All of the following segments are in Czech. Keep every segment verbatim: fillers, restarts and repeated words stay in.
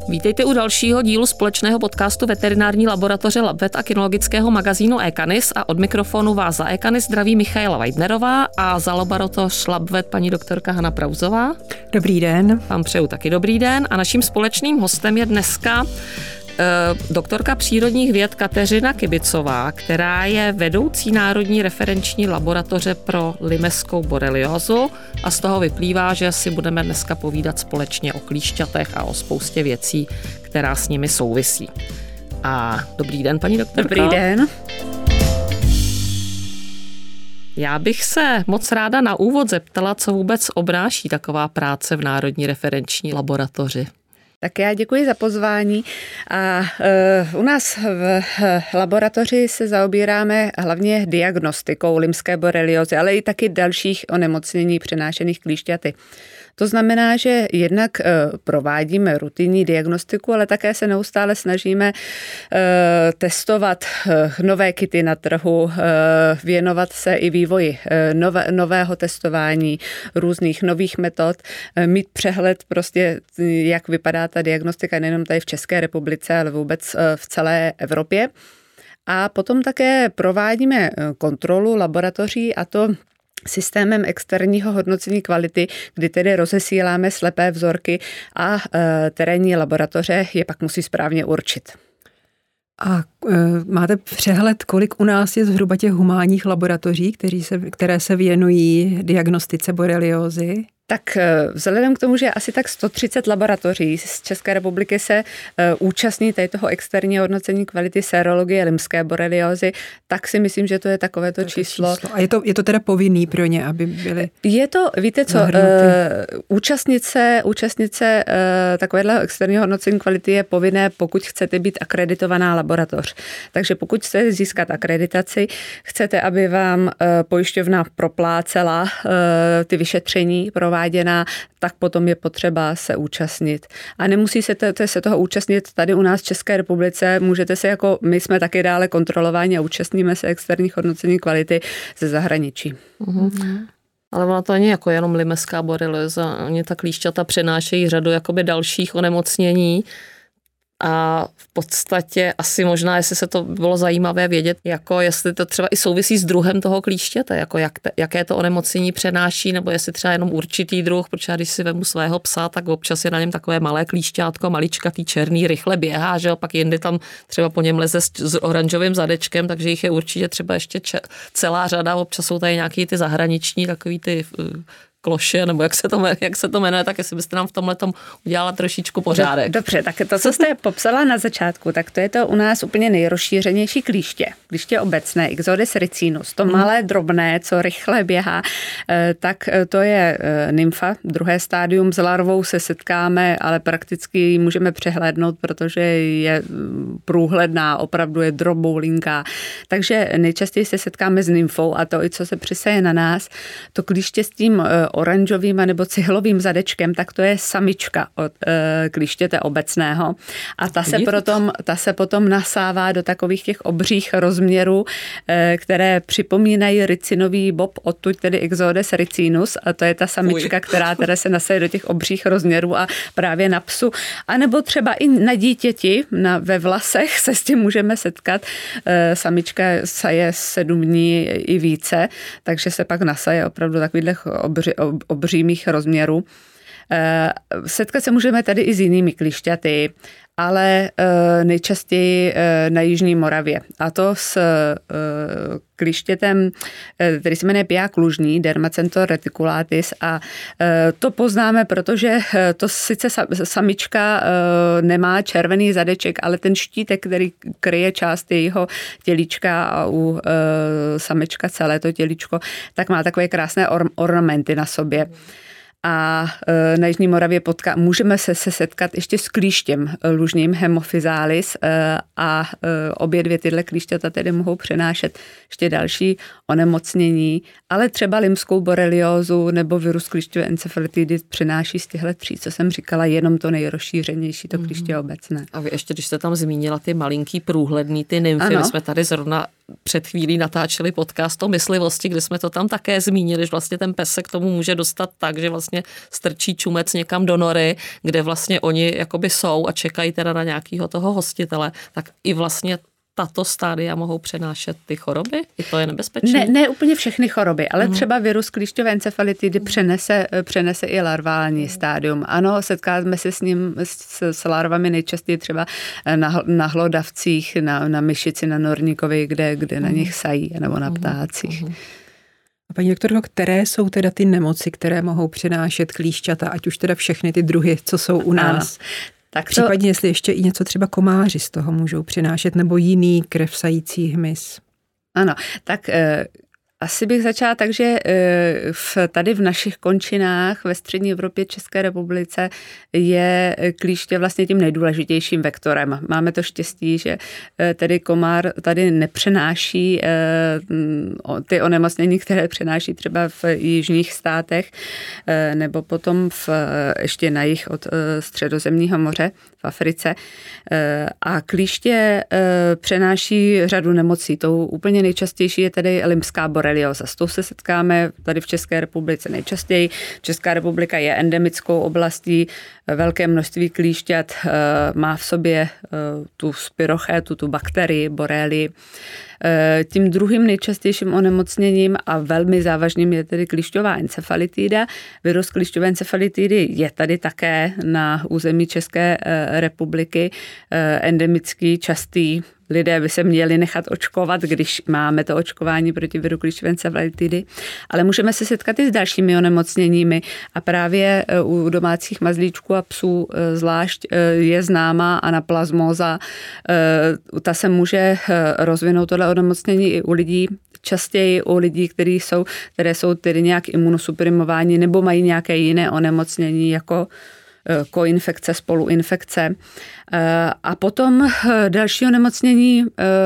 Vítejte u dalšího dílu společného podcastu veterinární laboratoře LabVet a kynologického magazínu eCanis a od mikrofonu vás za eCanis zdraví Michaela Weidnerová a za laboratoř LabVet paní doktorka Hana Prauzová. Dobrý den. Vám přeju taky dobrý den a naším společným hostem je dneska doktorka přírodních věd Kateřina Kibicová, která je vedoucí Národní referenční laboratoře pro limeskou boreliózu a z toho vyplývá, že si budeme dneska povídat společně o klíšťatech a o spoustě věcí, která s nimi souvisí. A dobrý den, paní doktorko. Dobrý den. Já bych se moc ráda na úvod zeptala, co vůbec obnáší taková práce v Národní referenční laboratoři. Tak já děkuji za pozvání a uh, u nás v laboratoři se zaobíráme hlavně diagnostikou limské boreliózy, ale i taky dalších onemocnění přenášených klíšťaty. To znamená, že jednak provádíme rutinní diagnostiku, ale také se neustále snažíme testovat nové kity na trhu, věnovat se i vývoji nové, nového testování, různých nových metod, mít přehled prostě, jak vypadá ta diagnostika nejenom tady v České republice, ale vůbec v celé Evropě. A potom také provádíme kontrolu laboratoří a to systémem externího hodnocení kvality, kdy tedy rozesíláme slepé vzorky a e, terénní laboratoře je pak musí správně určit. A e, máte přehled, kolik u nás je zhruba těch humánních laboratoří, který se, které se věnují diagnostice boreliózy? Tak vzhledem k tomu, že asi tak sto třicet laboratoří z České republiky se uh, účastní tady toho externího hodnocení kvality sérologie limské boreliózy, tak si myslím, že to je takovéto číslo. číslo. A je to, je to teda povinný pro ně, aby byly Je to, víte co, uh, účastnice, účastnice uh, takového externího hodnocení kvality je povinné, pokud chcete být akreditovaná laboratoř. Takže pokud chcete získat akreditaci, chcete, aby vám uh, pojišťovna proplácela uh, ty vyšetření pro váděná, tak potom je potřeba se účastnit. A nemusí se, to, se toho účastnit tady u nás v České republice, můžete se jako, my jsme taky dále kontrolováni a účastníme se externích hodnocení kvality ze zahraničí. Mm-hmm. Ale ona to není jako jenom limeská borelióza, oni ta klíšťata přenášejí řadu jakoby dalších onemocnění. A v podstatě asi možná, jestli se to bylo zajímavé vědět, jako jestli to třeba i souvisí s druhem toho klíštěte, jako jak te, jaké to onemocnění přenáší, nebo jestli třeba jenom určitý druh, protože když si vemu svého psa, tak občas je na něm takové malé klíšťátko, maličkatý černý, rychle běhá, že jo, pak jindy tam třeba po něm leze s, s oranžovým zadečkem, takže jich je určitě třeba ještě če, celá řada, občas jsou tady nějaký ty zahraniční, takový ty kloše, nebo jak se to, jak se to jmenuje, tak jestli byste nám v tomhletom udělala trošičku pořádek. Dobře, tak to, co jste popsala na začátku, tak to je to u nás úplně nejrozšířenější klíště. Klíště obecné, Ixodes ricinus, to malé, drobné, co rychle běhá, tak to je nymfa, druhé stádium. S larvou se setkáme, ale prakticky ji můžeme přehlédnout, protože je průhledná, opravdu je droboulinká. Takže nejčastěji se setkáme s nymfou a to i co se přiseje na nás, to klíště s tím oranžovým nebo cihlovým zadečkem, tak to je samička od e, klíštěte obecného. A ta se, potom, ta se potom nasává do takových těch obřích rozměrů, e, které připomínají ricinový bob, odtud tedy Ixodes ricinus, a to je ta samička, Uj. která teda se nasaje do těch obřích rozměrů a právě na psu. A nebo třeba i na dítěti, na, ve vlasech se s tím můžeme setkat. E, samička saje sedm dní i více, takže se pak nasaje opravdu takovýhle obři, ob, obřímých rozměrů. E, setkat se můžeme tady i s jinými klíšťaty, ale e, nejčastěji e, na Jižní Moravě. A to s e, klíštětem, e, který se jmenuje piák lužní, Dermacentor reticulatis, a e, to poznáme, protože to sice sa, samička e, nemá červený zadeček, ale ten štítek, který kryje část jejího tělíčka a u e, samička celé to tělíčko, tak má takové krásné or, ornamenty na sobě. A na Jižní Moravě potká, můžeme se, se setkat ještě s klíštěm lužním Hemophysalis a obě dvě tyhle klíšťata tedy mohou přenášet ještě další onemocnění, ale třeba limskou boreliózu nebo virus klíšťové encefalitidy přenáší z těchto tří, co jsem říkala, jenom to nejrozšířenější, to klíště obecné. A vy ještě, když jste tam zmínila ty malinký průhledný, ty nymfy, my jsme tady zrovna před chvílí natáčeli podcast o myslivosti, kde jsme to tam také zmínili, že vlastně ten pes se k tomu může dostat tak, že vlastně strčí čumec někam do nory, kde vlastně oni jakoby jsou a čekají teda na nějakého toho hostitele, tak i vlastně tato stádia mohou přenášet ty choroby? I to je nebezpečné? Ne, ne úplně všechny choroby, ale mm. třeba virus klíšťové encefalitidy přenese, přenese i larvální mm. stádium. Ano, setkáme se s ním, s, s larvami nejčastěji třeba na, na hlodavcích, na, na myšici, na norníkovi, kde, kde mm. na nich sají, nebo na ptácích. Mm. A paní doktorko, které jsou teda ty nemoci, které mohou přenášet klíšťata, ať už teda všechny ty druhy, co jsou u nás? Ano. Tak to... Případně, jestli ještě i něco třeba komáři z toho můžou přinášet, nebo jiný krev sající hmyz. Ano, tak e, asi bych začala tak, že e, v, tady v našich končinách ve střední Evropě, České republice je klíště vlastně tím nejdůležitějším vektorem. Máme to štěstí, že e, tedy komár tady nepřenáší e, ty onemocnění, které přenáší třeba v jižních státech e, nebo potom v, ještě na jih od e, Středozemního moře v Africe. A klíště přenáší řadu nemocí. Tou úplně nejčastější je tedy limská borelioza. S tou se setkáme tady v České republice nejčastěji. Česká republika je endemickou oblastí, velké množství klíšťat má v sobě tu spirochetu, tu bakterii, borelii. Tím druhým nejčastějším onemocněním a velmi závažným je tedy klíšťová encefalitida. Virus klíšťové encefalitidy je tady také na území České republiky endemický, častý. Lidé by se měli nechat očkovat, když máme to očkování proti viru klíšťové encefalitidy, ale můžeme se setkat i s dalšími onemocněními a právě u domácích mazlíčků a psů zvlášť je známá anaplazmóza. Ta se může rozvinout tohle onemocnění i u lidí, častěji u lidí, kteří jsou, které jsou tedy nějak imunosuprimováni nebo mají nějaké jiné onemocnění jako koinfekce, spoluinfekce. A potom další onemocnění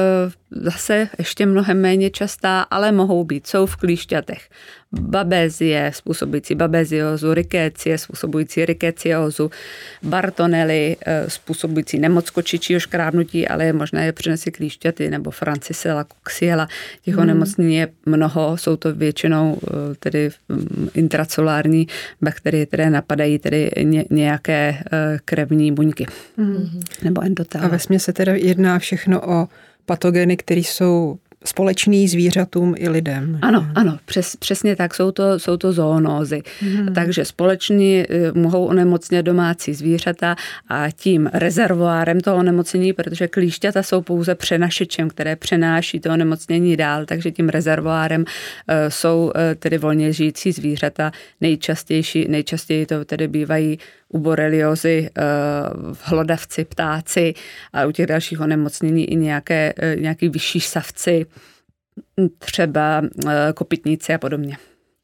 zase ještě mnohem méně častá, ale mohou být, jsou v klíšťatech. Babezie, způsobující babeziózu, rikécie, způsobující rikéciózu, bartonely, způsobující nemoc kočičího škrábnutí, ale je možné je přinést klíšťaty, nebo francisella, coxiella. Těch hmm. onemocnění je mnoho, jsou to většinou tedy intracelulární bakterie, které napadají tedy nějaké krevní buňky. Hmm. Nebo endotela. A vesměs se teda jedná všechno o patogeny, které jsou společný zvířatům i lidem. Ano, ano, přes, přesně tak, jsou to, jsou to zoonózy. Hmm. Takže společní mohou onemocnit domácí zvířata a tím rezervoárem toho onemocnění, protože klíšťata jsou pouze přenašečem, které přenáší to onemocnění dál, takže tím rezervoárem uh, jsou uh, tedy volně žijící zvířata. Nejčastější, nejčastěji to tedy bývají u boreliozy, uh, hlodavci, ptáci a u těch dalších onemocnění i nějaké, uh, nějaký vyšší savci, třeba kopytníci a podobně.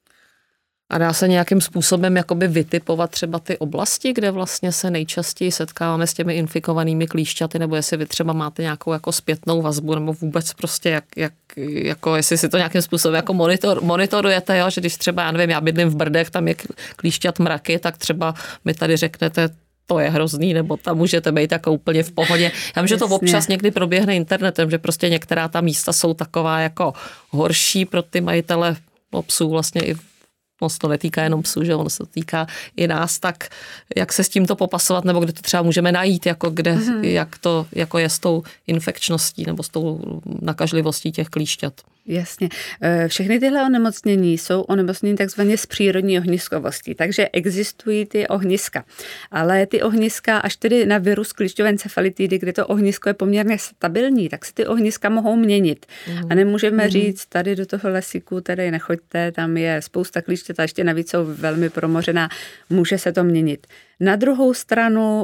A dá se nějakým způsobem jakoby vytipovat třeba ty oblasti, kde vlastně se nejčastěji setkáváme s těmi infikovanými klíšťaty, nebo jestli vy třeba máte nějakou jako zpětnou vazbu, nebo vůbec prostě jak, jak jako jestli si to nějakým způsobem jako monitor, monitorujete, jo? Že když třeba, já nevím, já bydlím v Brdech, tam je klíšťat mraky, tak třeba mi tady řeknete, to je hrozný, nebo tam můžete být jako úplně v pohodě. Já vím, že to občas někdy proběhne internetem, že prostě některá ta místa jsou taková jako horší pro ty majitele psů, vlastně i moc to netýká jenom psů, že ono se to týká i nás, tak jak se s tímto popasovat, nebo kde to třeba můžeme najít, jako kde, mm-hmm. jak to jako je s tou infekčností nebo s tou nakažlivostí těch klíšťat. Jasně. Všechny tyhle onemocnění jsou onemocnění takzvaně z přírodní ohniskovostí, takže existují ty ohniska. Ale ty ohniska, až tedy na virus klíšťové encefalitidy, kde to ohnisko je poměrně stabilní, tak se ty ohniska mohou měnit. Mm. A nemůžeme mm. říct, tady do toho lesíku tady nechoďte, tam je spousta klíšťat a ještě navíc jsou velmi promořená, může se to měnit. Na druhou stranu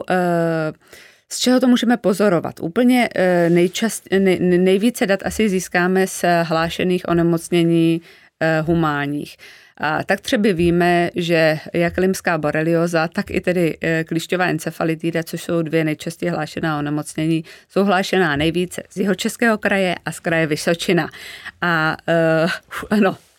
z čeho to můžeme pozorovat? Úplně nejčast, nej, nejvíce dat asi získáme z hlášených onemocnění humánních. A tak třeba víme, že jak limská borelioza, tak i tedy klíšťová encefalitida, což jsou dvě nejčastěji hlášená onemocnění, jsou hlášená nejvíce z Jihočeského kraje a z kraje Vysočina. A uh, ano,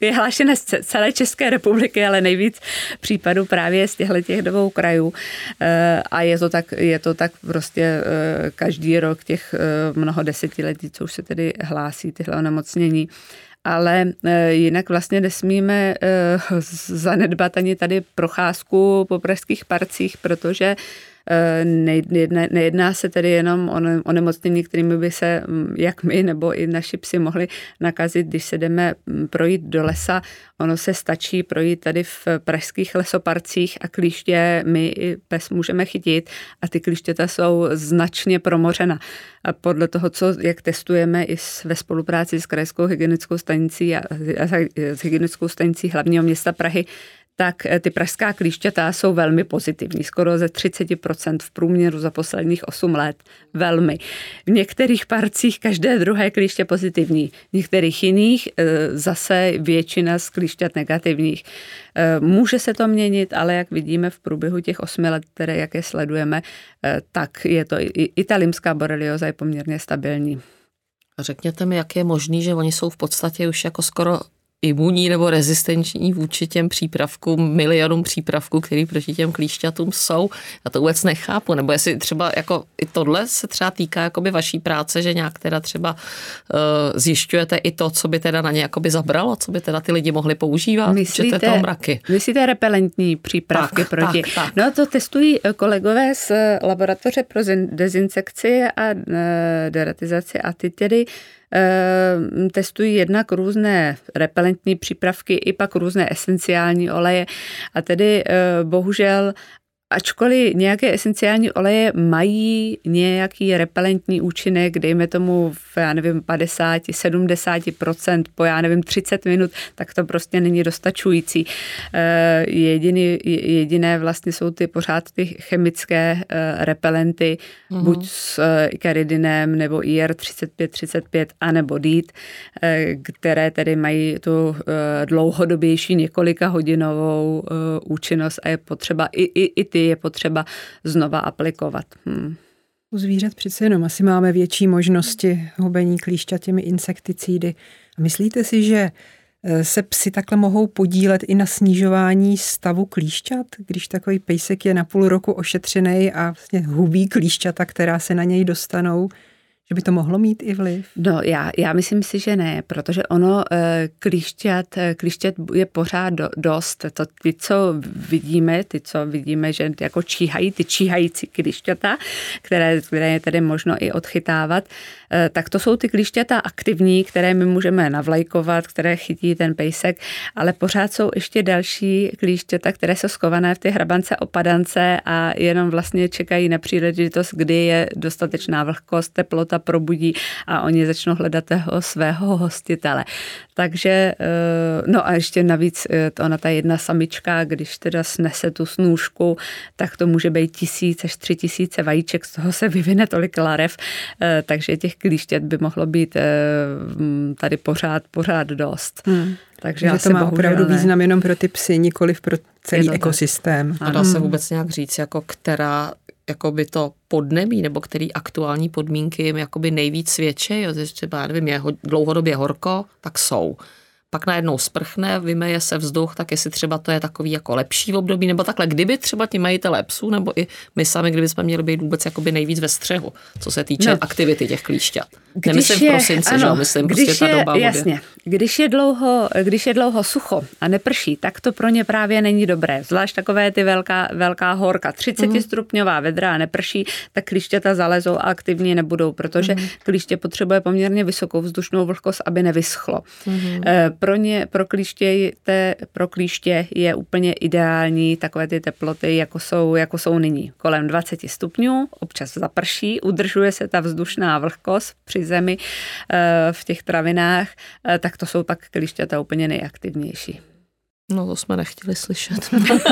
je hlášena z celé České republiky, ale nejvíc případů právě z těchto těch dvou krajů. A je to tak, je to tak prostě každý rok těch mnoho desetiletí, co už se tedy hlásí tyhle onemocnění. Ale jinak vlastně nesmíme zanedbat ani tady procházku po pražských parcích, protože Nejedná, nejedná se tedy jenom o onemocnění, kterými by se jak my nebo i naši psi mohli nakazit, když se jdeme projít do lesa. Ono se stačí projít tady v pražských lesoparcích a klíště my i pes můžeme chytit a ty klíštěta jsou značně promořena. A podle toho, co, jak testujeme i ve spolupráci s krajskou hygienickou stanicí a, a s hygienickou stanicí hlavního města Prahy, tak ty pražská klíšťata jsou velmi pozitivní, skoro ze třicet procent v průměru za posledních osm let. Velmi. V některých parcích každé druhé klíště pozitivní, v některých jiných zase většina z klíšťat negativních. Může se to měnit, ale jak vidíme v průběhu těch osmi let, které jaké sledujeme, tak je to i ta limská borelioza je poměrně stabilní. Řekněte mi, jak je možný, že oni jsou v podstatě už jako skoro imunní nebo rezistenční vůči těm přípravkům, milionům přípravků, který proti těm klíšťatům jsou. Já to vůbec nechápu. Nebo jestli třeba jako i tohle se třeba týká jakoby vaší práce, že nějak teda třeba uh, zjišťujete i to, co by teda na ně jakoby zabralo, co by teda ty lidi mohli používat. Myslíte, to mraky. Myslíte repelentní přípravky tak, proti? Tak, tak. No to testují kolegové z laboratoře pro dezinsekci a deratizaci a ty tedy testují jednak různé repelentní přípravky i pak různé esenciální oleje a tedy bohužel ačkoliv nějaké esenciální oleje mají nějaký repelentní účinek, dejme tomu v, já nevím, padesát až sedmdesát procent po, já nevím, třicet minut, tak to prostě není dostačující. Jediný, jediné vlastně jsou ty pořád ty chemické repelenty, mm-hmm. buď s ikaridinem nebo I R třicet pět třicet pět anebo D E E T, které tedy mají tu dlouhodobější několika hodinovou účinnost a je potřeba i, i, i ty je potřeba znova aplikovat. Hmm. U zvířat přece jenom asi máme větší možnosti hubení klíšťat těmi insekticidy. Myslíte si, že se psi takhle mohou podílet i na snižování stavu klíšťat, když takový pejsek je na půl roku ošetřený a vlastně hubí klíšťata, která se na něj dostanou? Že by to mohlo mít i vliv? No, já, já myslím si, že ne, protože ono klíšťat, klíšťat je pořád do, dost. To, ty, co vidíme, ty, co vidíme, že jako číhají, ty číhající klíšťata, které, které je tedy možno i odchytávat, tak to jsou ty klíšťata aktivní, které my můžeme navlajkovat, které chytí ten pejsek, ale pořád jsou ještě další klíšťata, které jsou schované v té hrabance opadance a jenom vlastně čekají na příležitost, kdy je dostatečná vlhkost, teplota probudí a oni začnou hledat toho svého hostitele. Takže, no a ještě navíc ona ta jedna samička, když teda snese tu snůžku, tak to může být tisíc až tři tisíce vajíček, z toho se vyvine tolik larev, takže těch klíšťat by mohlo být tady pořád, pořád dost. Hmm. Takže to má opravdu ne. význam jenom pro ty psy, nikoliv pro celý ekosystém. A dá se vůbec nějak říct, jako která jakoby to podnebí, nebo který aktuální podmínky jim jakoby nejvíc svědčí, jo, že třeba, já nevím, je dlouhodobě horko, tak jsou. Pak najednou sprchne, vymeje se vzduch, tak jestli třeba to je takový jako lepší v období, nebo takhle, kdyby třeba ti majitelé psů, nebo i my sami, kdyby jsme měli být vůbec jakoby nejvíc ve střehu, co se týče no. aktivity těch klíšťat. Nemyslím v prosinci, ano, že jo, myslím prostě ta doba. Jasně, když je, dlouho, když je dlouho sucho a neprší, tak to pro ně právě není dobré. Zvlášť takové ty velká, velká horka, třicetistupňová vedra a neprší, tak klíšťata zalezou a aktivně nebudou, protože mm. klíště potřebuje poměrně vysokou vzdušnou vlhkost, aby nevyschlo. Mm. Pro ně, pro klíště, te, pro klíště je úplně ideální takové ty teploty, jako jsou, jako jsou nyní. Kolem dvacet stupňů, občas zaprší, udržuje se ta vzdušná vlhkost při zemi v těch travinách, tak to jsou pak klíšťata úplně nejaktivnější. No to jsme nechtěli slyšet.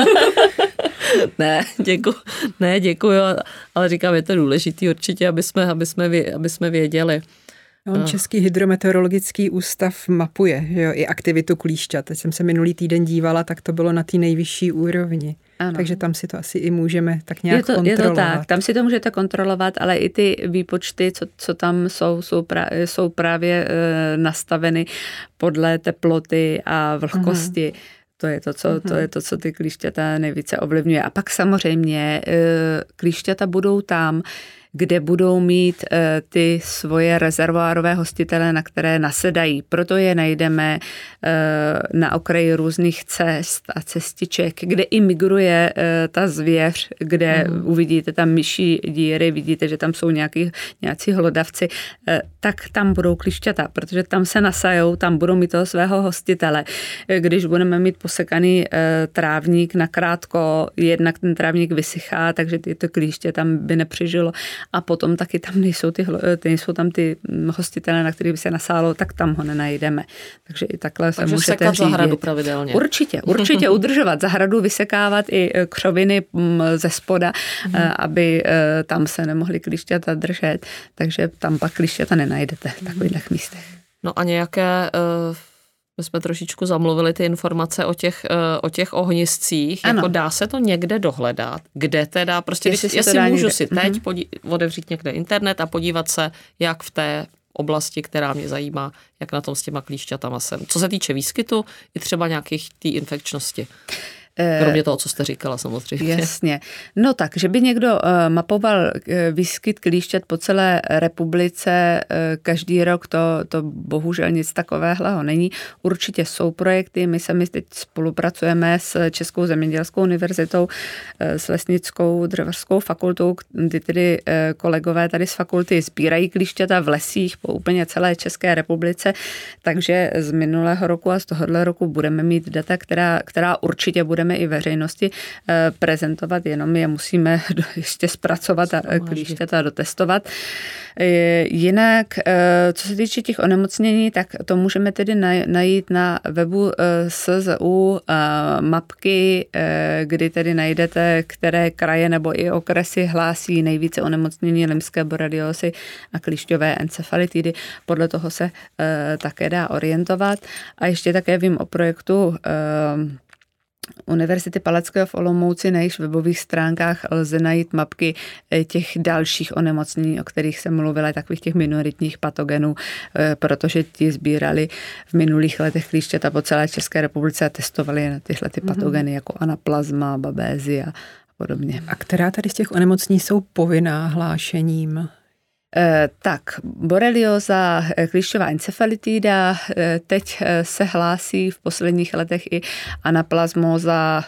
ne, děkuji, ne, děkuji, ale říkám, je to důležitý určitě, aby jsme, aby jsme, aby jsme věděli. On Český hydrometeorologický ústav mapuje, že jo, i aktivitu klíšťat. Teď jsem se minulý týden dívala, tak to bylo na té nejvyšší úrovni. Ano. Takže tam si to asi i můžeme tak nějak je to, kontrolovat. Je to tak, tam si to můžete kontrolovat, ale i ty výpočty, co, co tam jsou, jsou, pra, jsou právě e, nastaveny podle teploty a vlhkosti. Uhum. To je to, co, uhum. to je to, co ty klíšťata nejvíce ovlivňuje. A pak samozřejmě e, klíšťata budou tam, kde budou mít e, ty svoje rezervoárové hostitele, na které nasedají. Proto je najdeme e, na okraji různých cest a cestiček, kde i migruje e, ta zvěř, kde mm. uvidíte tam myší díry, vidíte, že tam jsou nějaký, nějací hlodavci, e, tak tam budou klišťata, protože tam se nasajou, tam budou mít toho svého hostitele. E, když budeme mít posekaný e, trávník nakrátko, jednak ten trávník vysychá, takže tyto klíště tam by nepřežilo. A potom taky tam nejsou, ty, nejsou tam ty hostitele, na kterých by se nasálo, tak tam ho nenajdeme. Takže i takhle se Takže můžete sekat řídit. zahradu pravidelně. Určitě, určitě udržovat zahradu, vysekávat i křoviny ze spoda, mm. aby tam se nemohly klišťata držet. Takže tam pak klišťata nenajdete v takových místech. No a nějaké... Uh... My jsme trošičku zamluvili ty informace o těch, o těch ohniscích. Jako dá se to někde dohledat? Kde teda? Prostě jestli, když, jestli můžu někde. si teď mm-hmm. podí, otevřít někde internet a podívat se, jak v té oblasti, která mě zajímá, jak na tom s těma klíšťatama jsem. Co se týče výskytu, i třeba nějakých té infekčnosti. Kromě toho, co jste říkala samozřejmě. Jasně. No tak, že by někdo mapoval výskyt klíšťat po celé republice každý rok, to, to bohužel nic takového není. Určitě jsou projekty, my sami teď spolupracujeme s Českou zemědělskou univerzitou, s Lesnickou dřevařskou fakultou, kdy tedy kolegové tady z fakulty sbírají klíšťata v lesích po úplně celé České republice, takže z minulého roku a z tohohle roku budeme mít data, která, která určitě bude i veřejnosti prezentovat, jenom je musíme ještě zpracovat a klíšťata dotestovat. Jinak, co se týče těch onemocnění, tak to můžeme tedy najít na webu S Z U mapky, kdy tedy najdete, které kraje nebo i okresy hlásí nejvíce onemocnění limské boreliózy a klíšťové encefalitidy. Podle toho se také dá orientovat. A ještě také vím o projektu Univerzity Palackého v Olomouci, na jejich webových stránkách lze najít mapky těch dalších onemocnění, o kterých jsem mluvila, takových těch minoritních patogenů, protože ti sbírali v minulých letech klíšťata po celé České republice a testovali na tyhle ty patogeny mm-hmm. jako anaplazma, babézia a podobně. A která tady z těch onemocnění jsou povinná hlášením? Tak, borelióza, klíšťová encefalitida, teď se hlásí v posledních letech i anaplazmóza,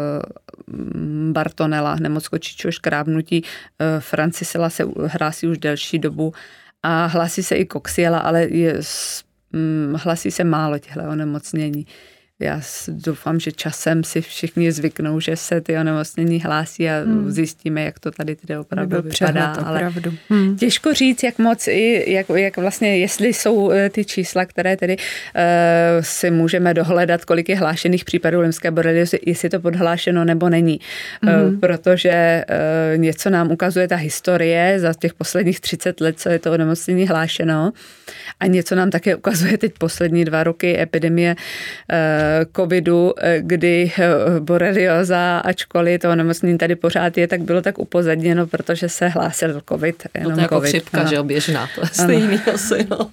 Bartonella, nemoc kočičího škrábnutí, francisella se hlásí už delší dobu a hlásí se i Coxiella, ale je, hlásí se málo těchto onemocnění. Já doufám, že časem si všichni zvyknou, že se ty onemocnění hlásí a hmm. zjistíme, jak to tady tedy opravdu vypadá. Ale hmm. těžko říct, jak moc, i jak, jak vlastně, jestli jsou ty čísla, které tedy uh, si můžeme dohledat, kolik je hlášených případů limské boreliózy, jestli to podhlášeno nebo není. Hmm. Uh, protože uh, něco nám ukazuje ta historie za těch posledních třicet let, co je to onemocnění hlášeno. A něco nám také ukazuje teď poslední dva roky epidemie uh, covidu, kdy borelióza, ačkoliv to onemocnění tady pořád je, tak bylo tak upozadněno, protože se hlásil covid. Jenom no to je jako COVID. Chřipka, že oběžná, to je stejný asi, no.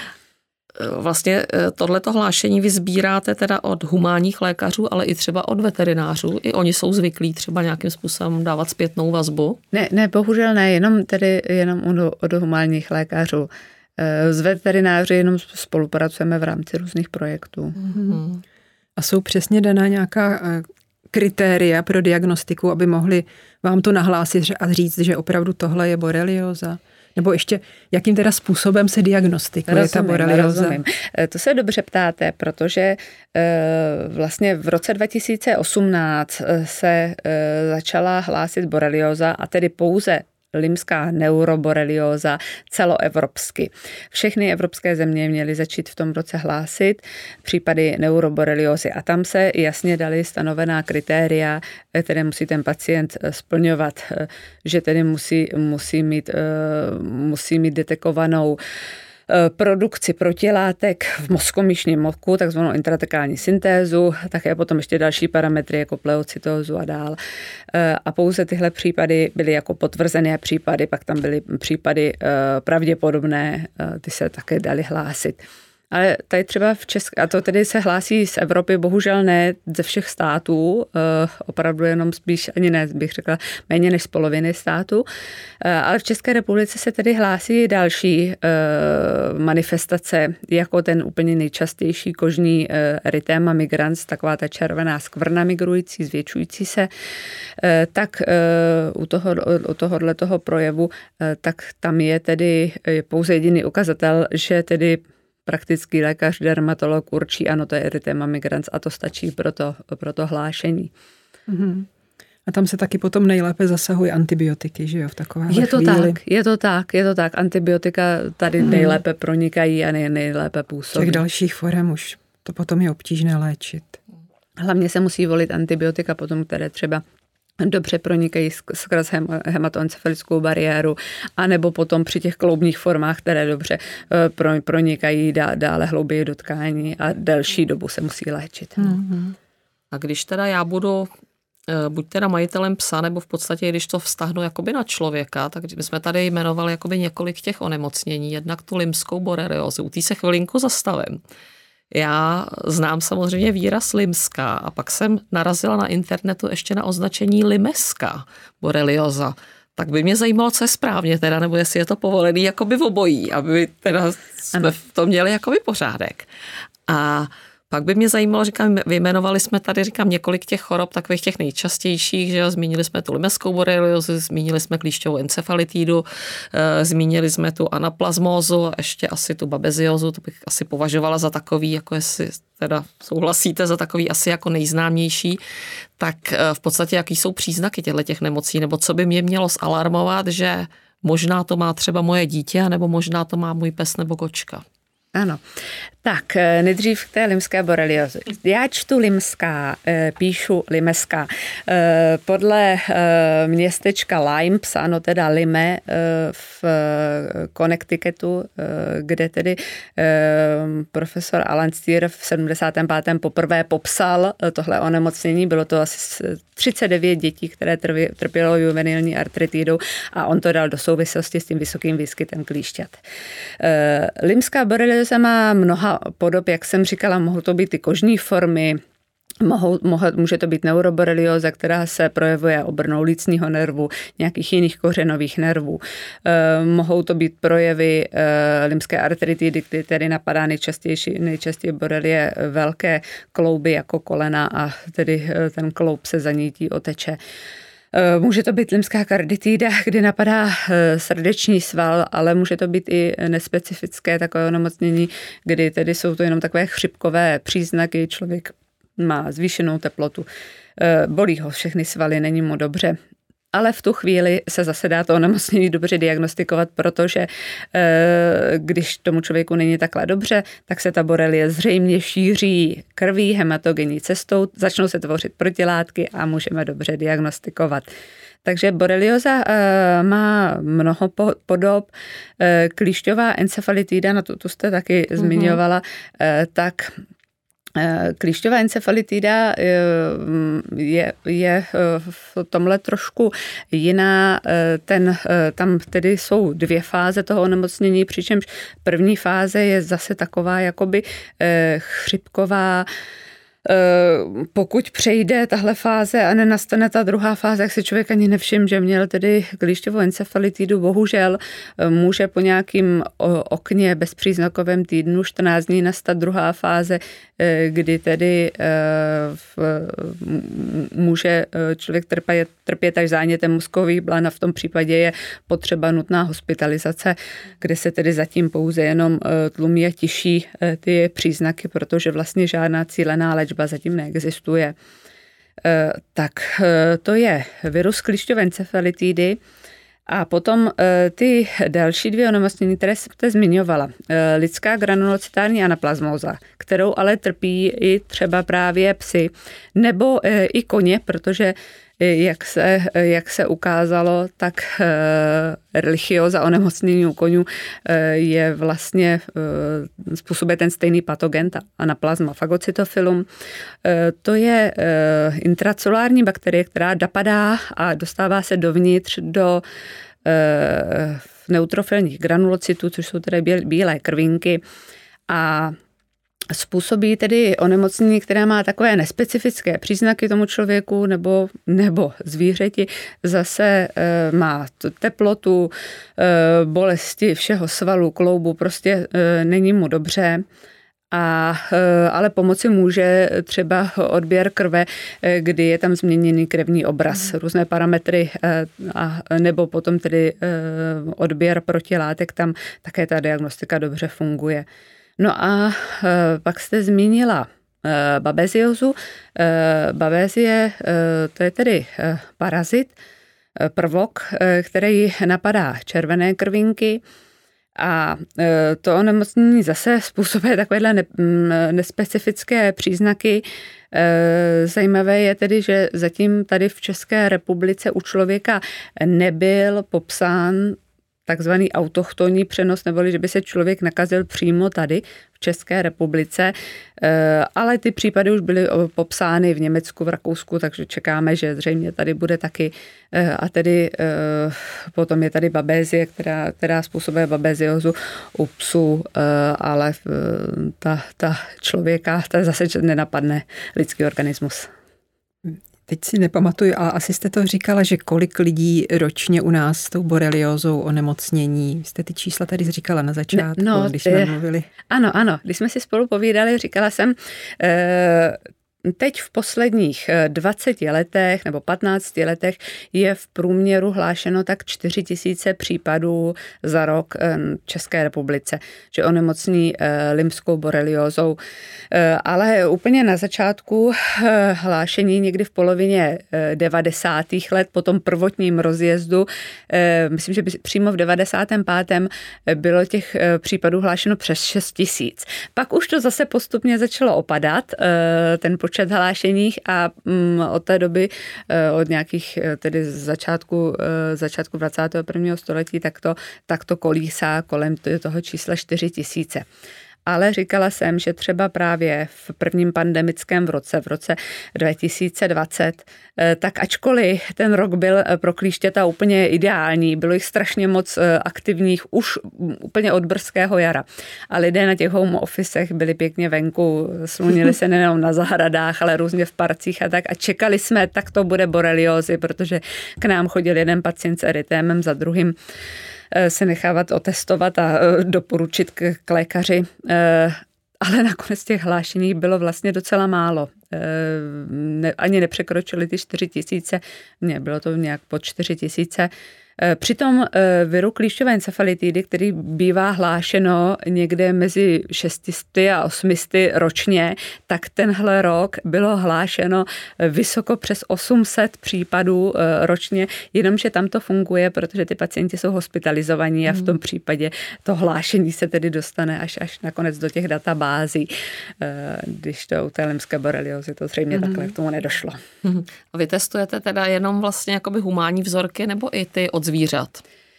Vlastně tohleto hlášení vy sbíráte teda od humánních lékařů, ale i třeba od veterinářů. I oni jsou zvyklí třeba nějakým způsobem dávat zpětnou vazbu? Ne, ne, bohužel ne, jenom tedy jenom od humánních lékařů. S veterináři jenom spolupracujeme v rámci různých projektů. Mm-hmm. A jsou přesně daná nějaká kritéria pro diagnostiku, aby mohli vám to nahlásit a říct, že opravdu tohle je borelióza? Nebo ještě, jakým teda způsobem se diagnostikuje rozumím, ta borelióza? Rozumím. To se dobře ptáte, protože vlastně v roce dva tisíce osmnáct se začala hlásit borelióza a tedy pouze limská neuroborelióza celoevropsky. Všechny evropské země měly začít v tom roce hlásit případy neuroboreliózy a tam se jasně dali stanovená kritéria, které musí ten pacient splňovat, že tedy musí, musí, mít, musí mít detekovanou produkci protilátek v mozkomyšním mozku, takzvanou intratekální syntézu, také potom ještě další parametry jako pleocytózu a dál. A pouze tyhle případy byly jako potvrzené případy, pak tam byly případy pravděpodobné, ty se také daly hlásit. Ale tady třeba v České, a to tedy se hlásí z Evropy, bohužel ne ze všech států, opravdu jenom spíš, ani ne, bych řekla, méně než z poloviny států, ale v České republice se tedy hlásí další manifestace, jako ten úplně nejčastější kožní erytéma migrans, taková ta červená skvrna migrující, zvětšující se, tak u, toho, u tohohle toho projevu, tak tam je tedy pouze jediný ukazatel, že tedy praktický lékař, dermatolog určí, ano, to je erytéma migrans a to stačí pro to, pro to hlášení. Mm-hmm. A tam se taky potom nejlépe zasahují antibiotiky, že jo, v takové Je to chvíli. tak, je to tak, je to tak. Antibiotika tady mm. nejlépe pronikají a nej, nejlépe působí. Těch dalších forem už to potom je obtížné léčit. Hlavně se musí volit antibiotika potom, které třeba dobře pronikají skrz hematoencefalickou bariéru, anebo potom při těch kloubních formách, které dobře pronikají dále hlouběji do tkání a delší dobu se musí léčit. Mm-hmm. A když teda já budu buď teda majitelem psa, nebo v podstatě, když to vztahnu jakoby na člověka, tak my jsme tady jmenovali jakoby několik těch onemocnění, jednak tu limskou boreliózu, u té se chvilinku zastavím. Já znám samozřejmě výraz limská a pak jsem narazila na internetu ještě na označení limeská borelioza. Tak by mě zajímalo, co je správně teda, nebo jestli je to povolený jakoby v obojí, aby teda jsme v tom měli jakoby pořádek. A pak by mě zajímalo, říkám, vyjmenovali jsme tady, říkám, několik těch chorob, takových těch nejčastějších, že jo, zmínili jsme tu limeskou boreliozu, zmínili jsme klíšťovou encefalitidu, e, zmínili jsme tu anaplazmózu a ještě asi tu babeziozu, to bych asi považovala za takový, jako jestli teda souhlasíte, za takový asi jako nejznámější, tak e, v podstatě jaký jsou příznaky těchto těch nemocí, nebo co by mě mělo zalarmovat, že možná to má třeba moje dítě, nebo možná to má můj pes nebo kočka. Ano. Tak, nejdřív k té limské borelioze. Já čtu limská, píšu limeská. Podle městečka Limes, ano teda Lime v Connecticutu, kde tedy profesor Alan Steer v sedmdesátém pátém poprvé popsal tohle onemocnění. Bylo to asi třicet devět dětí, které trpělo juvenilní artritidou a on to dal do souvislosti s tím vysokým výskytem klíšťat. Limská borelioza má mnoha podob, jak jsem říkala, mohou to být ty kožní formy, mohou, mohou, může to být neuroborelioza, která se projevuje obrnou lícního nervu, nějakých jiných kořenových nervů. E, mohou to být projevy e, limské artritidy, kdy tedy napadá nejčastěji, nejčastěji borelie velké klouby jako kolena a tedy ten kloub se zanítí, oteče. Může to být limská karditída, kdy napadá srdeční sval, ale může to být i nespecifické takové onemocnění, kdy tedy jsou to jenom takové chřipkové příznaky, člověk má zvýšenou teplotu, bolí ho všechny svaly, není mu dobře. Ale v tu chvíli se zase dá to onemocnění dobře diagnostikovat, protože když tomu člověku není takhle dobře, tak se ta borelie zřejmě šíří krví, hematogenní cestou, začnou se tvořit protilátky a můžeme dobře diagnostikovat. Takže borelioza má mnoho podob. Klíšťová encefalitida, na to tu jste taky mm-hmm. zmiňovala, tak klíšťová encefalitida je, je v tomhle trošku jiná. Ten, tam tedy jsou dvě fáze toho onemocnění, přičemž první fáze je zase taková jakoby chřipková. Pokud přejde tahle fáze a nenastane ta druhá fáze, jak si člověk ani nevšiml, že měl tedy klíšťovou encefalitidu, bohužel může po nějakým okně bezpříznakovém týdnu čtrnáct dní nastat druhá fáze, kdy tedy může člověk trpět, trpět až zánětem mozkových blan a v tom případě je potřeba nutná hospitalizace, kde se tedy zatím pouze jenom tlumí a tiší ty příznaky, protože vlastně žádná cílená léčba zatím neexistuje. Tak to je virus klíšťové encefalitidy. A potom ty další dvě onemocnění, které jste zmiňovala. Lidská granulocytární anaplazmóza, kterou ale trpí i třeba právě psy, nebo i koně, protože jak se, jak se ukázalo, tak erlichióza, onemocnění u koňů, je vlastně způsobuje ten stejný patogen, ta anaplasma fagocytofilum. To je intracelulární bakterie, která napadá a dostává se dovnitř do neutrofilních granulocytů, což jsou tedy bílé krvinky, a způsobí tedy onemocnění, které má takové nespecifické příznaky tomu člověku nebo, nebo zvířeti. Zase e, má teplotu, e, bolesti všeho svalu, kloubu, prostě e, není mu dobře. A, ale pomoci může třeba odběr krve, kdy je tam změněný krevní obraz, mm. různé parametry, a, nebo potom tedy odběr protilátek, tam také ta diagnostika dobře funguje. No a pak jste zmínila babeziozu. Babezie, to je tedy parazit, prvok, který napadá červené krvinky. A to onemocnění zase způsobuje takovéhle ne, nespecifické příznaky. Zajímavé je tedy, že zatím tady v České republice u člověka nebyl popsán takzvaný autochtonní přenos, neboli že by se člověk nakazil přímo tady v České republice, ale ty případy už byly popsány v Německu, v Rakousku, takže čekáme, že zřejmě tady bude taky. A tedy potom je tady babézie, která, která způsobuje babéziozu u psů, ale ta, ta člověka, ta zase nenapadne lidský organismus. Teď si nepamatuju, ale asi jste to říkala, že kolik lidí ročně u nás s tou boreliózou onemocnění. Jste ty čísla tady říkala na začátku, no, když jsme je, mluvili. Ano, ano, když jsme si spolu povídali, říkala jsem, e, teď v posledních dvaceti letech nebo patnácti letech je v průměru hlášeno tak čtyři tisíce případů za rok v České republice, že onemocní lymskou boreliózou. Ale úplně na začátku hlášení někdy v polovině devadesátých let po tom prvotním rozjezdu, myslím, že přímo v devadesátém pátém bylo těch případů hlášeno přes šest tisíc. Pak už to zase postupně začalo opadat, ten počet hlášeních, a mm, od té doby, od nějakých tedy začátku, začátku dvacátého prvního století, tak to, tak to kolísá kolem toho čísla čtyři tisíce. Ale říkala jsem, že třeba právě v prvním pandemickém v roce, v roce dva tisíce dvacet, tak ačkoliv ten rok byl pro klíšťata úplně ideální, bylo jich strašně moc aktivních už úplně od brzkého jara. A lidé na těch home officech byli pěkně venku, slunili se nejenom na zahradách, ale různě v parcích a tak. A čekali jsme, tak to bude boreliózy, protože k nám chodil jeden pacient s eritémem za druhým se nechávat otestovat a doporučit k, k lékaři. Ale nakonec těch hlášení bylo vlastně docela málo. Ne, ani nepřekročili ty čtyři tisíce, ne, bylo to nějak pod čtyři tisíce. Při tom viru klíšťové encefalitidy, který bývá hlášeno někde mezi šestisty a osmisty ročně, tak tenhle rok bylo hlášeno vysoko přes osm set případů ročně, jenomže tam to funguje, protože ty pacienti jsou hospitalizovaní a v tom případě to hlášení se tedy dostane až, až nakonec do těch databází. Když to u té lymské boreliózy to zřejmě mm. takhle k tomu nedošlo. Mm. A vy testujete teda jenom vlastně jakoby humánní vzorky nebo i ty od zvířat?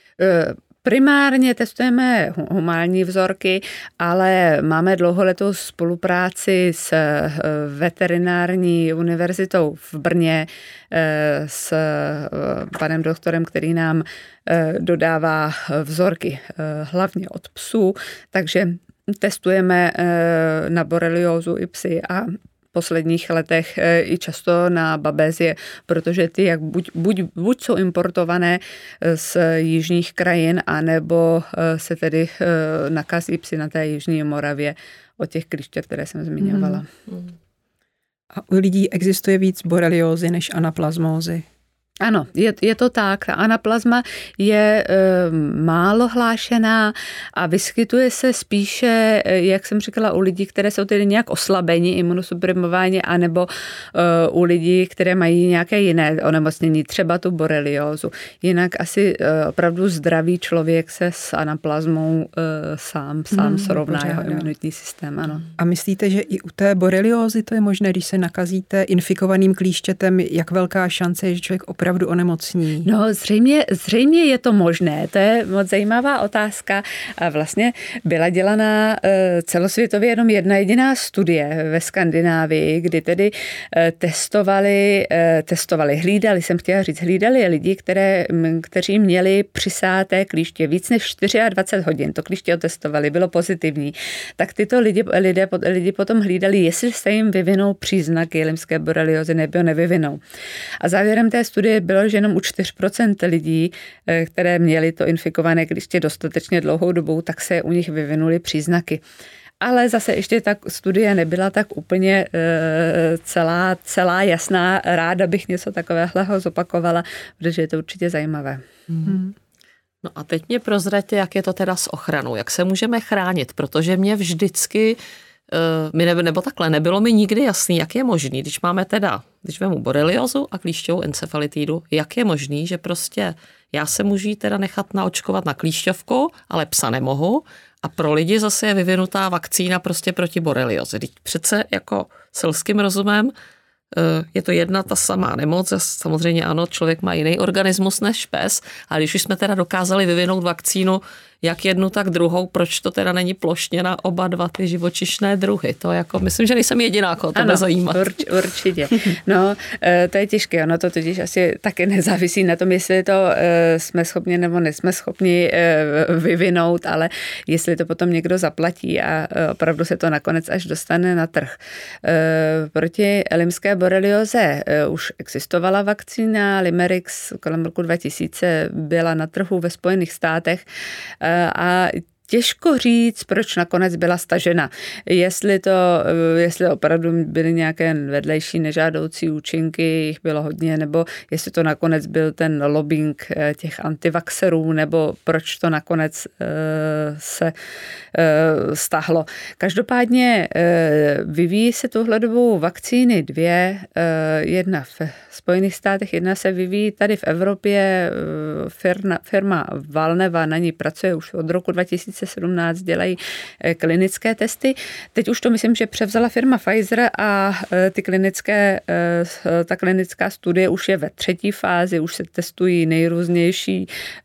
Primárně testujeme humánní vzorky, ale máme dlouholetou spolupráci s veterinární univerzitou v Brně, s panem doktorem, který nám dodává vzorky hlavně od psů, takže testujeme na boreliózu i psy a v posledních letech i často na babézie, protože ty jak buď, buď, buď jsou importované z jižních krajin, anebo se tedy nakazí psy na té jižní Moravě od těch klíšťat, které jsem zmiňovala. A u lidí existuje víc boreliózy než anaplasmózy? Ano, je, je to tak. Ta anaplazma je e, málo hlášená a vyskytuje se spíše, jak jsem říkala, u lidí, které jsou tedy nějak oslabeni, imunosuprimováni, anebo e, u lidí, které mají nějaké jiné onemocnění, třeba tu boreliózu. Jinak asi e, opravdu zdravý člověk se s anaplazmou e, sám, sám hmm, srovná jeho imunitní systém. Ano. A myslíte, že i u té boreliózy to je možné, když se nakazíte infikovaným klíštětem, jak velká šance je, že člověk opravdu opravdu onemocní? No zřejmě, zřejmě je to možné. To je moc zajímavá otázka. A vlastně byla dělaná celosvětově jenom jedna jediná studie ve Skandinávii, kdy tedy testovali, testovali, hlídali, jsem chtěla říct, hlídali lidi, které, kteří měli přisáté klíště víc než dvacet čtyři hodin. To klíště otestovali, bylo pozitivní. Tak tyto lidi, lidé, lidi potom hlídali, jestli se jim vyvinou příznaky limské boreliozy nebo nevyvinou. A závěrem té studie bylo, že jenom u čtyři procenta lidí, které měli to infikované klíště dostatečně dlouhou dobu, tak se u nich vyvinuly příznaky. Ale zase ještě ta studie nebyla tak úplně celá, celá jasná. Ráda bych něco takového zopakovala, protože je to určitě zajímavé. Hmm. No a teď mě prozraďte, jak je to teda s ochranou, jak se můžeme chránit, protože mě vždycky, mi nebo, nebo takhle, nebylo mi nikdy jasný, jak je možný, když máme teda, když vemu boreliozu a klíšťovou encefalitidu, jak je možný, že prostě já se můžu teda nechat naočkovat na klíšťovku, ale psa nemohu, a pro lidi zase je vyvinutá vakcína prostě proti borelioze. Teď přece jako selským rozumem je to jedna ta samá nemoc, samozřejmě ano, člověk má jiný organismus než pes, ale když už jsme teda dokázali vyvinout vakcínu jak jednu, tak druhou, proč to teda není plošně na oba dva ty živočišné druhy? To jako, myslím, že nejsem jediná, koho to nezajímá. Urč, určitě. No, to je těžké, ono to totiž asi taky nezávisí na tom, jestli to jsme schopni nebo nejsme schopni vyvinout, ale jestli to potom někdo zaplatí a opravdu se to nakonec až dostane na trh. Proti limské borelioze už existovala vakcína, Limerix kolem roku dva tisíce byla na trhu ve Spojených státech a těžko říct, proč nakonec byla stažena. Jestli to, jestli opravdu byly nějaké vedlejší nežádoucí účinky, jich bylo hodně, nebo jestli to nakonec byl ten lobbying těch antivaxerů, nebo proč to nakonec se stáhlo. Každopádně vyvíjí se touhle dobou vakcíny dvě, jedna v Spojených státech, jedna se vyvíjí tady v Evropě, firma, firma Valneva na ní pracuje už od roku dva tisíce sedmnáct, dělají klinické testy. Teď už to myslím, že převzala firma Pfizer a ty klinické, ta klinická studie už je ve třetí fázi, už se testují nejrůznější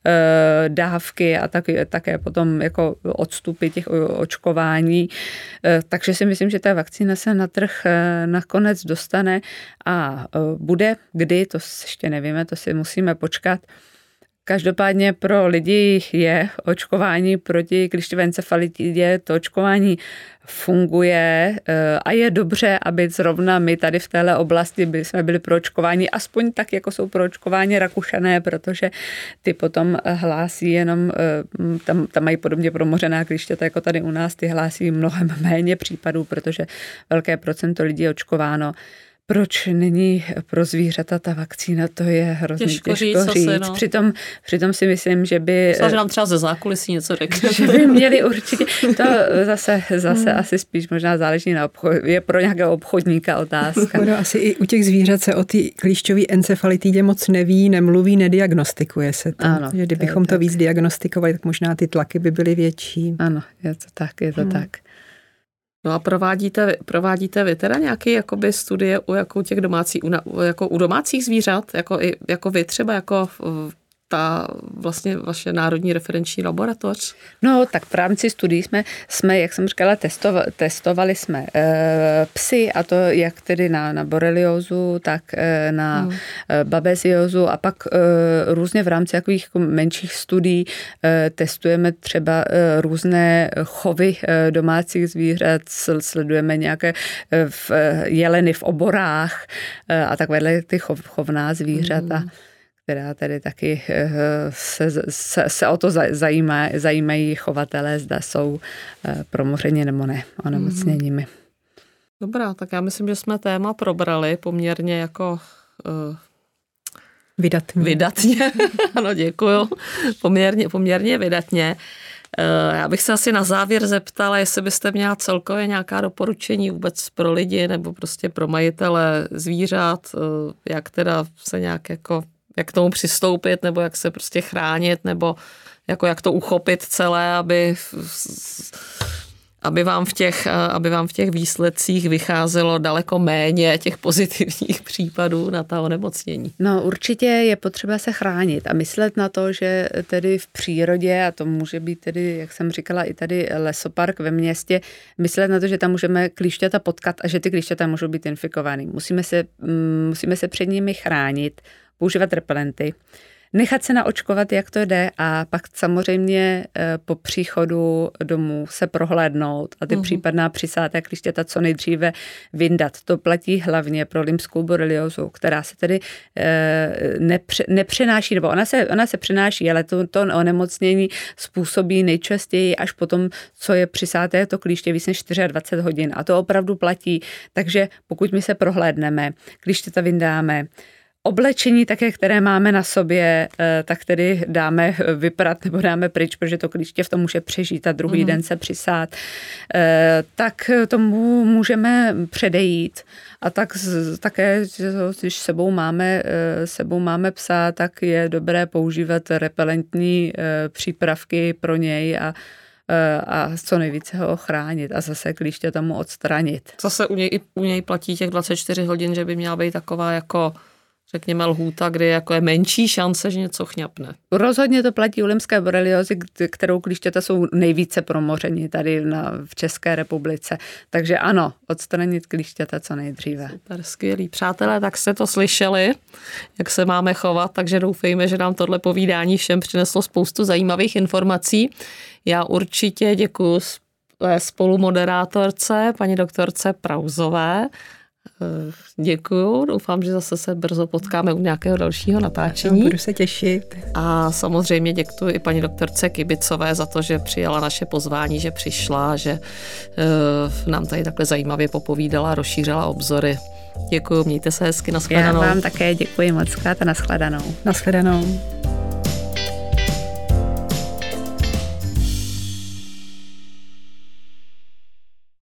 dávky a také, také potom jako odstupy těch očkování. Takže si myslím, že ta vakcína se na trh nakonec dostane a bude, kdy, to ještě nevíme, to si musíme počkat. Každopádně pro lidi je očkování proti klišťové encefalitidě, to očkování funguje a je dobře, aby zrovna my tady v téhle oblasti byli, jsme byli pro očkování, aspoň tak, jako jsou pro očkování Rakušané, protože ty potom hlásí jenom, tam, tam mají podobně promořená klišťata, jako tady u nás, ty hlásí mnohem méně případů, protože velké procento lidí je očkováno. Proč není pro zvířata ta vakcína, to je hrozně těžko, těžko říct. říct. No. Přitom, přitom si myslím, že by... Myslím, že nám třeba ze zákulisí něco řekne. Že by měli určitě... To zase, zase hmm. asi spíš možná záleží na obchod, je pro nějakého obchodníka otázka. No, asi i u těch zvířat se o ty klíšťové encefalitidě moc neví, nemluví, nediagnostikuje se to. Ano, že kdybychom to, to víc diagnostikovali, tak možná ty tlaky by byly větší. Ano, je to tak, je to hmm. tak. No a provádíte, provádíte vy teda nějaké jakoby studie u jako těch domácí, u, jako u domácích zvířat, jako, i, jako vy třeba, jako ta vlastně vaše národní referenční laboratoř? No, tak v rámci studií jsme, jsme jak jsem říkala, testovali, testovali jsme e, psy, a to jak tedy na, na boreliozu, tak e, na hmm. e, babeziozu a pak e, různě v rámci takových jako menších studií e, testujeme třeba e, různé chovy e, domácích zvířat, sledujeme nějaké e, v, e, jeleny v oborách e, a takové ty chov, chovná zvířata. Hmm. která tedy taky se, se, se o to zajímá, zajímají chovatelé, zda jsou promořeni nebo ne onemocněními. Dobrá, tak já myslím, že jsme téma probrali poměrně jako uh, Vydatně. Vydatně, ano, děkuju. Poměrně, poměrně vydatně. Já bych se asi na závěr zeptala, jestli byste měla celkově nějaká doporučení vůbec pro lidi nebo prostě pro majitele zvířat, jak teda se nějak jako, jak k tomu přistoupit, nebo jak se prostě chránit, nebo jako jak to uchopit celé, aby, aby, vám v těch, aby vám v těch výsledcích vycházelo daleko méně těch pozitivních případů na ta onemocnění. No určitě je potřeba se chránit a myslet na to, že tedy v přírodě, a to může být tedy, jak jsem říkala, i tady lesopark ve městě, myslet na to, že tam můžeme klíšťata potkat a že ty klíšťata můžou být infikovaný. Musíme se, musíme se před nimi chránit, používat repelenty, nechat se naočkovat, jak to jde a pak samozřejmě po příchodu domů se prohlédnout a ty uhum. případná přisáté klíšťata co nejdříve vyndat. To platí hlavně pro lymskou boreliózu, která se tedy nepře, nepřenáší, nebo ona se, ona se přenáší, ale to, to onemocnění způsobí nejčastěji až potom, co je přisáté to klíště víc než dvacet čtyři hodin. A to opravdu platí. Takže pokud my se prohlédneme, klíšťata vyndáme, oblečení také, které máme na sobě, tak tedy dáme vyprat nebo dáme pryč, protože to klíště v tom může přežít a druhý mm. den se přisát. Tak tomu můžeme předejít. A tak také, když sebou máme, sebou máme psa, tak je dobré používat repelentní přípravky pro něj a a co nejvíce ho ochránit a zase klíště tomu odstranit. Zase u něj, u něj platí těch dvacet čtyři hodin, že by měla být taková jako řekněme lhůta, kdy jako je menší šance, že něco chňapne. Rozhodně to platí u lymské boreliózy, kterou klíšťata jsou nejvíce promořeni tady na, v České republice. Takže ano, odstranit klíšťata co nejdříve. Super, skvělý. Přátelé, tak jste to slyšeli, jak se máme chovat, takže doufejme, že nám tohle povídání všem přineslo spoustu zajímavých informací. Já určitě děkuji spolumoderátorce, paní doktorce Prauzové. Děkuju, doufám, že zase se brzo potkáme u nějakého dalšího natáčení. Budu se těšit. A samozřejmě děkuji i paní doktorce Kibicové za to, že přijala naše pozvání, že přišla, že uh, nám tady takhle zajímavě popovídala, rozšířila obzory. Děkuju, mějte se hezky, nashledanou. Já vám také děkuji moc krát a nashledanou. Nashledanou.